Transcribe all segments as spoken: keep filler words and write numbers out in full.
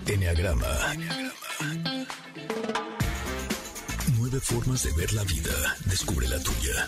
Enneagrama. Nueve formas de ver la vida. Descubre la tuya.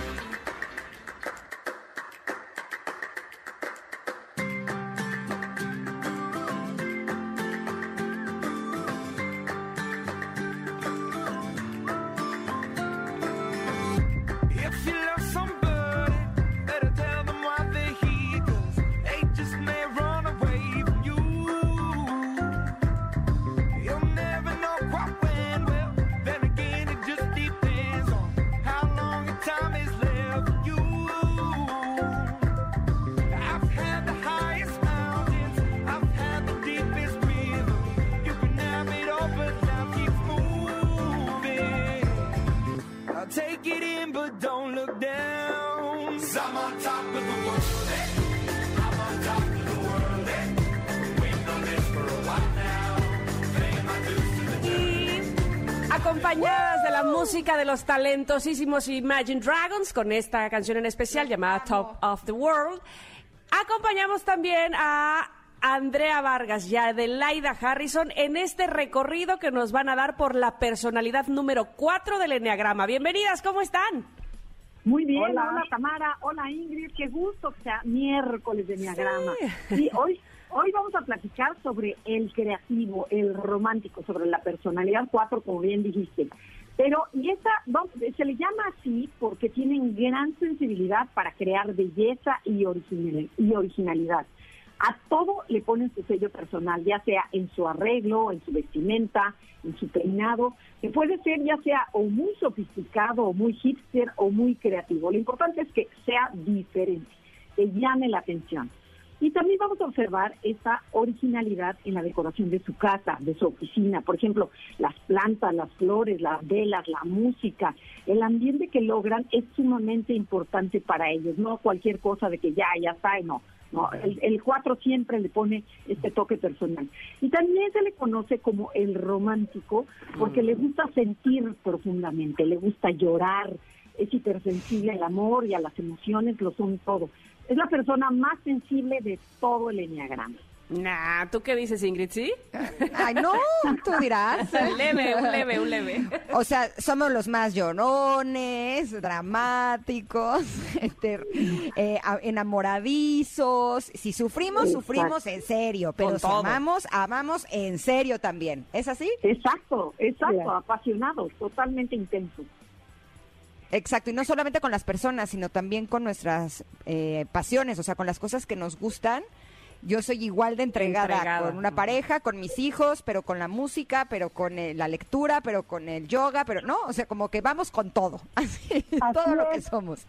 Acompañadas de la música de los talentosísimos Imagine Dragons, con esta canción en especial llamada Top of the World, acompañamos también a Andrea Vargas y a Adelaida Harrison en este recorrido que nos van a dar por la personalidad número cuatro del Enneagrama. Bienvenidas, ¿cómo están? Muy bien, hola, hola Tamara, hola Ingrid, qué gusto que sea miércoles de Enneagrama. Sí, sí hoy, hoy vamos a platicar sobre el creativo, el romántico, sobre la personalidad cuatro, como bien dijiste. Pero, y esta vamos, se le llama así porque tienen gran sensibilidad para crear belleza y, original, y originalidad. A todo le ponen su sello personal, ya sea en su arreglo, en su vestimenta, en su peinado, que puede ser ya sea o muy sofisticado, o muy hipster, o muy creativo. Lo importante es que sea diferente, que llame la atención. Y también vamos a observar esta originalidad en la decoración de su casa, de su oficina. Por ejemplo, las plantas, las flores, las velas, la música, el ambiente que logran es sumamente importante para ellos. No cualquier cosa de que ya, ya está, no. No, el, el cuatro siempre le pone este toque personal. Y también se le conoce como el romántico porque le gusta sentir profundamente, le gusta llorar, es hipersensible al amor y a las emociones, lo son todo. Es la persona más sensible de todo el enneagrama. Nah, ¿tú qué dices, Ingrid? ¿Sí? Ay, no, tú dirás. Un leve, un leve, un leve. O sea, somos los más llorones, dramáticos, este, eh, enamoradizos. Si sufrimos, Exacto. sufrimos en serio, pero Con si todo. amamos, amamos en serio también. ¿Es así? Exacto, exacto, Bien. apasionados, totalmente intensos. Exacto, y no solamente con las personas, sino también con nuestras eh, pasiones, o sea, con las cosas que nos gustan. Yo soy igual de entregada, Entregada. con una pareja, con mis hijos, pero con la música, pero con eh, la lectura, pero con el yoga, pero no, o sea, como que vamos con todo, así, Así todo lo es. que somos.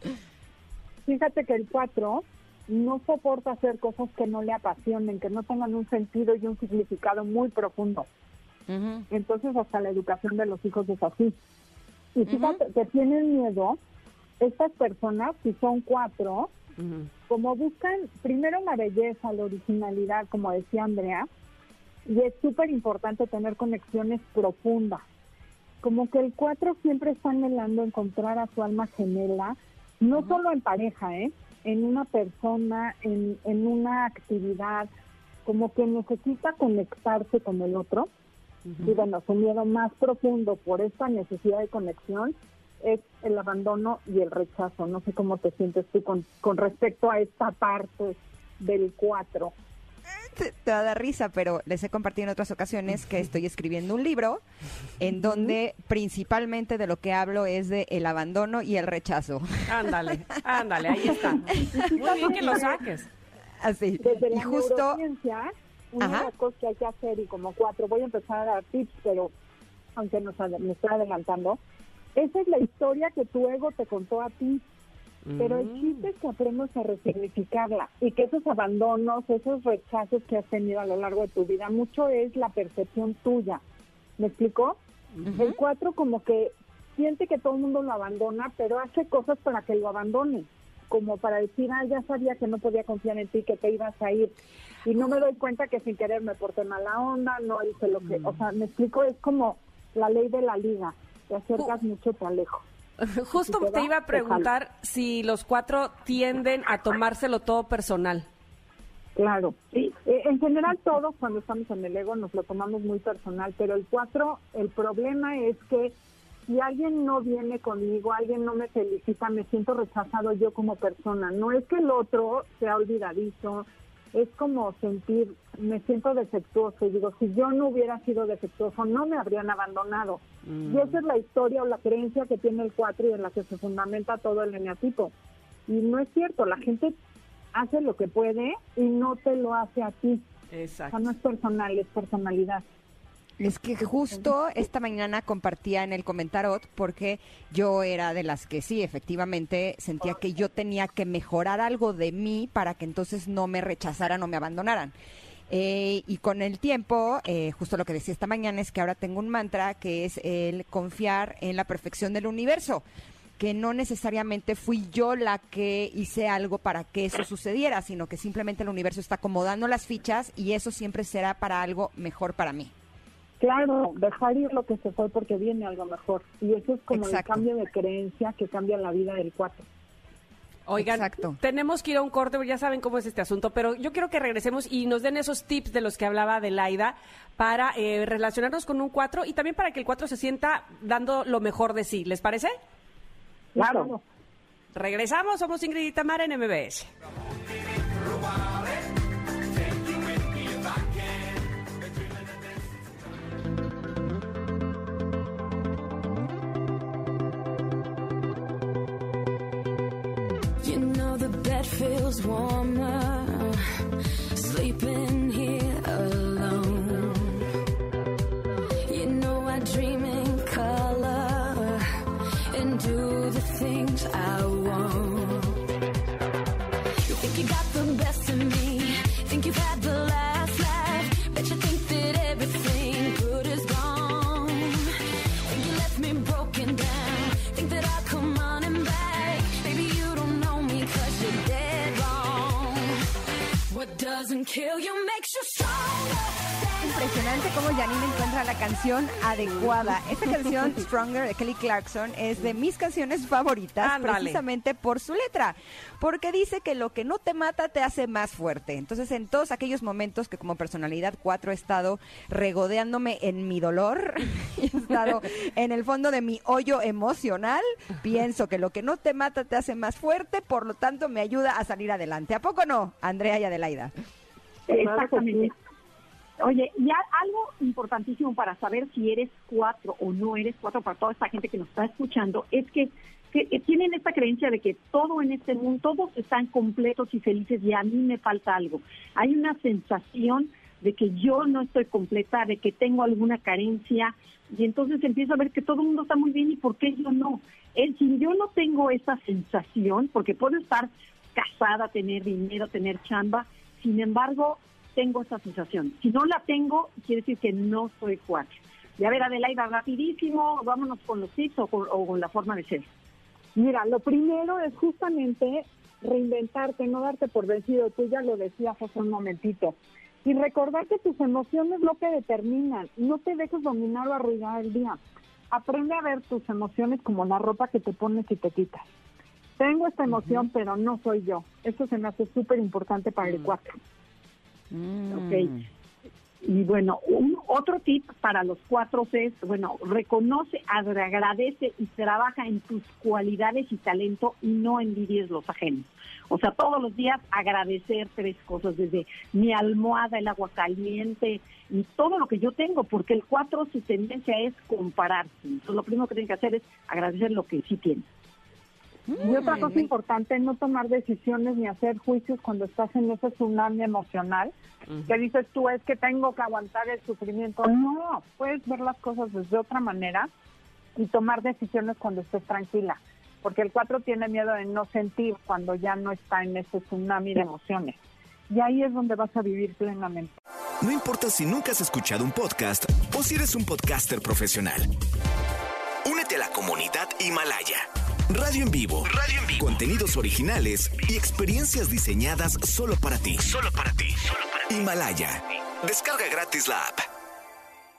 Fíjate que el cuatro no soporta hacer cosas que no le apasionen, que no tengan un sentido y un significado muy profundo. Uh-huh. Entonces hasta la educación de los hijos es así. Y fíjate Ujú. que tienen miedo estas personas, si son cuatro, Uh-huh. como buscan primero la belleza, la originalidad, como decía Andrea, y es súper importante tener conexiones profundas. Como que el cuatro siempre está anhelando encontrar a su alma gemela, no uh-huh. solo en pareja, ¿eh? en una persona, en, en una actividad, como que necesita conectarse con el otro. Uh-huh. Y bueno, su miedo más profundo por esta necesidad de conexión es el abandono y el rechazo. No sé cómo te sientes tú con, con respecto a esta parte del cuatro. Te, te va a dar risa, pero les he compartido en otras ocasiones que estoy escribiendo un libro en donde principalmente de lo que hablo es de el abandono y el rechazo. Ándale, ándale, ahí está. Muy bien que lo saques. Así. Desde la Y justo, neurociencia, una Ajá. de las cosas que hay que hacer, y como cuatro, voy a empezar a dar tips, pero aunque nos, ade- me estoy adelantando, esa es la historia que tu ego te contó a ti. Pero el chiste es que aprendas a resignificarla y que esos abandonos, esos rechazos que has tenido a lo largo de tu vida, mucho es la percepción tuya. ¿Me explicó? Uh-huh. El cuatro como que siente que todo el mundo lo abandona, pero hace cosas para que lo abandone. Como para decir, ah, ya sabía que no podía confiar en ti, que te ibas a ir. Y no me doy cuenta que sin querer me porté mala onda, no hice lo que... Uh-huh. O sea, me explico, es como la ley de la liga. Te acercas uh. mucho, te alejo. Justo te, te iba a preguntar si los cuatro tienden a tomárselo todo personal. Claro, sí, eh, en general todos cuando estamos en el ego nos lo tomamos muy personal, pero el cuatro, el problema es que si alguien no viene conmigo, alguien no me felicita, me siento rechazado yo como persona. No es que el otro sea olvidadizo, es como sentir, me siento defectuoso y digo, si yo no hubiera sido defectuoso, no me habrían abandonado. Mm. Y esa es la historia o la creencia que tiene el cuatro y en la que se fundamenta todo el eneatipo. Y no es cierto, la gente hace lo que puede y no te lo hace a ti. Exacto. O sea, no es personal, es personalidad. Es que justo esta mañana compartía en el comentarot porque yo era de las que sí, efectivamente, sentía que yo tenía que mejorar algo de mí para que entonces no me rechazaran o me abandonaran. Eh, y con el tiempo, eh, justo lo que decía esta mañana es que ahora tengo un mantra que es el confiar en la perfección del universo, que no necesariamente fui yo la que hice algo para que eso sucediera, sino que simplemente el universo está acomodando las fichas y eso siempre será para algo mejor para mí. Claro, dejar ir lo que se fue porque viene algo mejor. Y eso es como Exacto. el cambio de creencia que cambia la vida del cuatro. Oigan, Exacto. tenemos que ir a un corte, ya saben cómo es este asunto, pero yo quiero que regresemos y nos den esos tips de los que hablaba Adelaida para eh, relacionarnos con un cuatro y también para que el cuatro se sienta dando lo mejor de sí. ¿Les parece? Claro. Regresamos, somos Ingrid y Tamara en M B S. You know the bed feels warmer, sleeping here alone. You know I dream in color and do the things I want. You think you got the best of me, think you've had the last laugh, bet you think that everything good is gone. Think you left me broken down, think that I'll come on and back. Baby, you don't know me 'cause you're dead wrong. What doesn't kill you makes you stronger. Impresionante cómo Janine encuentra la canción adecuada. Esta canción, Stronger, de Kelly Clarkson, es de mis canciones favoritas, Ándale. precisamente por su letra, porque dice que lo que no te mata te hace más fuerte. Entonces, en todos aquellos momentos que como personalidad cuatro he estado regodeándome en mi dolor, he estado en el fondo de mi hoyo emocional, pienso que lo que no te mata te hace más fuerte, por lo tanto me ayuda a salir adelante. ¿A poco no, Andrea y Adelaida? Exactamente. Oye, y a- algo importantísimo para saber si eres cuatro o no eres cuatro, para toda esta gente que nos está escuchando, es que, que, que tienen esta creencia de que todo en este mundo, todos están completos y felices y a mí me falta algo. Hay una sensación de que yo no estoy completa, de que tengo alguna carencia, y entonces empiezo a ver que todo el mundo está muy bien y por qué yo no. Es, si yo no tengo esa sensación, porque puedo estar casada, tener dinero, tener chamba, sin embargo, tengo esa sensación. Si no la tengo, quiere decir que no soy cuatro. Y a ver, Adelaida, rapidísimo, vámonos con los tips o con, o con la forma de ser. Mira, lo primero es justamente reinventarte, no darte por vencido. Tú ya lo decías hace un momentito. Y recordar que tus emociones lo que determinan. No te dejes dominar o arruinar el día. Aprende a ver tus emociones como la ropa que te pones y te quitas. Tengo esta emoción, uh-huh. pero no soy yo. Eso se me hace súper importante para el cuatro. Mm. Ok. Y bueno, un, otro tip para los cuatro es, bueno, reconoce, agradece y trabaja en tus cualidades y talento y no envidies los ajenos. O sea, todos los días agradecer tres cosas, desde mi almohada, el agua caliente y todo lo que yo tengo, porque el cuatro su tendencia es compararse. Entonces, lo primero que tiene que hacer es agradecer lo que sí tiene. Y otra cosa importante, no tomar decisiones ni hacer juicios cuando estás en ese tsunami emocional, uh-huh. que dices tú, es que tengo que aguantar el sufrimiento. No, puedes ver las cosas desde otra manera y tomar decisiones cuando estés tranquila, porque el cuatro tiene miedo de no sentir cuando ya no está en ese tsunami de emociones. Y ahí es donde vas a vivir plenamente. No importa si nunca has escuchado un podcast o si eres un podcaster profesional. Únete a la comunidad Himalaya. Radio en vivo. Radio en vivo. Contenidos originales y experiencias diseñadas solo para ti. Solo para ti. Solo para ti. Himalaya. Descarga gratis la app.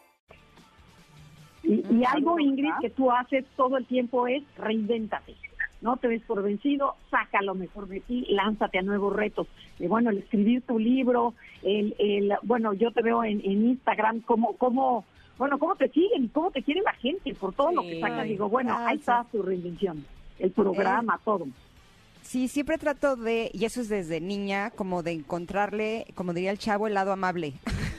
Y, y algo, Ingrid, que tú haces todo el tiempo es reinvéntate. no te des por vencido, saca lo mejor de ti, lánzate a nuevos retos. Y bueno, el escribir tu libro, el, el bueno, yo te veo en, en Instagram, cómo, cómo, bueno, cómo te siguen y cómo te quiere la gente por todo Sí, lo que sacas. Digo, bueno, gracias. ahí está tu reinvención, el programa, Eh, todo. Sí, siempre trato de, y eso es desde niña, como de encontrarle, como diría el chavo, el lado amable.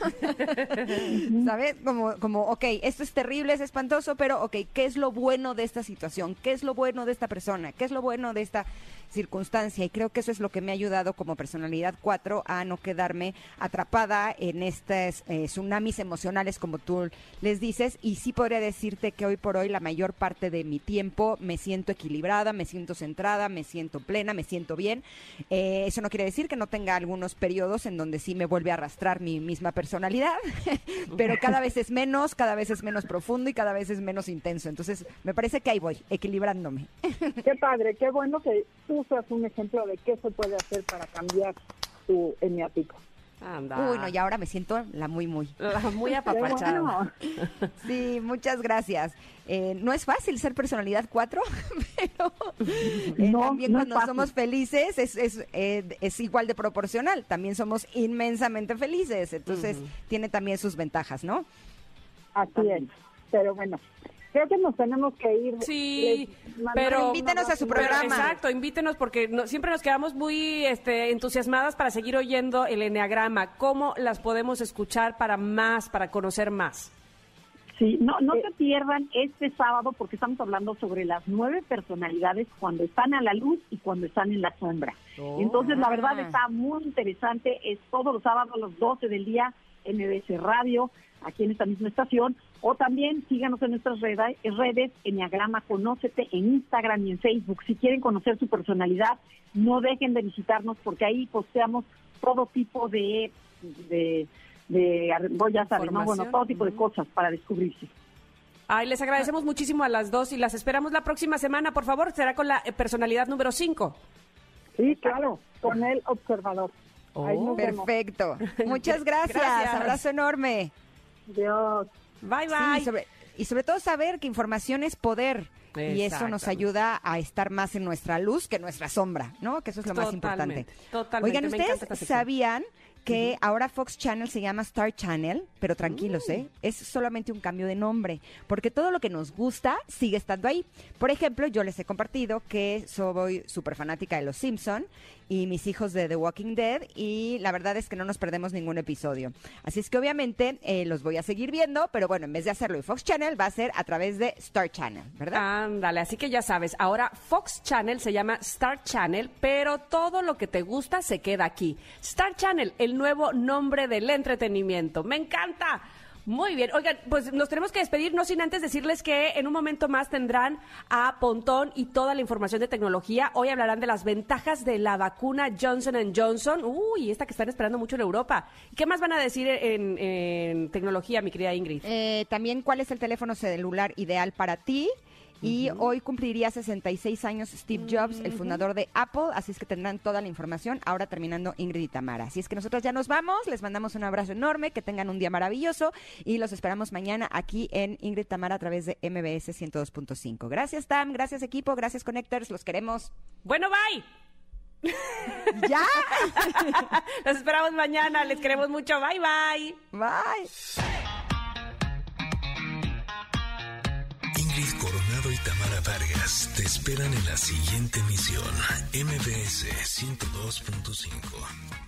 ¿Sabes? Como, como, ok, esto es terrible, es espantoso, pero ok, ¿qué es lo bueno de esta situación? ¿Qué es lo bueno de esta persona? ¿Qué es lo bueno de esta circunstancia? Y creo que eso es lo que me ha ayudado como personalidad cuatro a no quedarme atrapada en estos eh, tsunamis emocionales, como tú les dices. Y sí podría decirte que hoy por hoy la mayor parte de mi tiempo me siento equilibrada, me siento centrada, me siento plena, me siento bien. Eh, eso no quiere decir que no tenga algunos periodos en donde sí me vuelve a arrastrar mi misma personalidad, pero cada vez es menos, cada vez es menos profundo y cada vez es menos intenso. Entonces, me parece que ahí voy, equilibrándome. Qué padre, qué bueno que tú seas un ejemplo de qué se puede hacer para cambiar tu eneatipo. Anda. Uy, no, y ahora me siento la muy, muy. La muy Qué apapachada. bueno. Sí, muchas gracias. Eh, no es fácil ser personalidad cuatro, pero eh, No, también no es cuando fácil. somos felices es, es, eh, es igual de proporcional. También somos inmensamente felices, entonces tiene también sus ventajas, ¿no? Así es. Pero bueno, creo que nos tenemos que ir. Sí, Les mandamos pero- un Invítenos a su abrazo. Pero, programa. exacto, invítenos porque no- siempre nos quedamos muy este, entusiasmadas para seguir oyendo el Eneagrama. ¿Cómo las podemos escuchar para más, para conocer más? Sí, no, no Eh, se pierdan este sábado porque estamos hablando sobre las nueve personalidades cuando están a la luz y cuando están en la sombra. Oh. Entonces, la verdad Ah. está muy interesante. Es todos los sábados a las doce del día, M B S Radio, aquí en esta misma estación. O también síganos en nuestras reda- redes, Eneagrama Conócete, en Instagram y en Facebook. Si quieren conocer su personalidad, no dejen de visitarnos porque ahí posteamos todo tipo de... de de, voy ya saben, ¿no? Bueno, Información. todo tipo de Ujú. cosas para descubrirse. Ay, les agradecemos muchísimo a las dos y las esperamos la próxima semana, por favor. Será con la eh, personalidad número cinco. Sí, claro, con el observador. Ahí Oh. nos vemos. Perfecto. Muchas gracias. Gracias. Abrazo enorme. Dios. Bye, Sí, bye. y, sobre, y sobre todo saber que información es poder. Y eso nos Exactamente. ayuda a estar más en nuestra luz que en nuestra sombra, ¿no? Que eso es lo más importante. Totalmente, totalmente. Oigan, Me encanta ¿ustedes esta sección. sabían que ahora Fox Channel se llama Star Channel? Pero tranquilos, ¿eh? Es solamente un cambio de nombre, porque todo lo que nos gusta sigue estando ahí. Por ejemplo, yo les he compartido que soy súper fanática de Los Simpson y mis hijos de The Walking Dead, y la verdad es que no nos perdemos ningún episodio. Así es que obviamente eh, los voy a seguir viendo, pero bueno, en vez de hacerlo en Fox Channel, va a ser a través de Star Channel, ¿verdad? Ándale, así que ya sabes, ahora Fox Channel se llama Star Channel, pero todo lo que te gusta se queda aquí. Star Channel, el nuevo nombre del entretenimiento. ¡Me encanta! Muy bien. Oigan, pues nos tenemos que despedir, no sin antes decirles que en un momento más tendrán a Pontón y toda la información de tecnología. Hoy hablarán de las ventajas de la vacuna Johnson and Johnson. Uy, esta que están esperando mucho en Europa. ¿Y qué más van a decir en, en tecnología, mi querida Ingrid? Eh, también, ¿cuál es el teléfono celular ideal para ti? Y hoy cumpliría sesenta y seis años Steve Jobs, el fundador de Apple, así es que tendrán toda la información ahora terminando Ingrid y Tamara. Así es que nosotros ya nos vamos, les mandamos un abrazo enorme, que tengan un día maravilloso y los esperamos mañana aquí en Ingrid y Tamara a través de M B S ciento dos punto cinco. Gracias, Tam, gracias, equipo, gracias, Connectors, los queremos. Bueno, bye. ¡Ya! Los esperamos mañana, les queremos mucho. Bye, bye. Bye. Ingrid Coronado y Tamara Vargas te esperan en la siguiente emisión. M B S ciento dos punto cinco.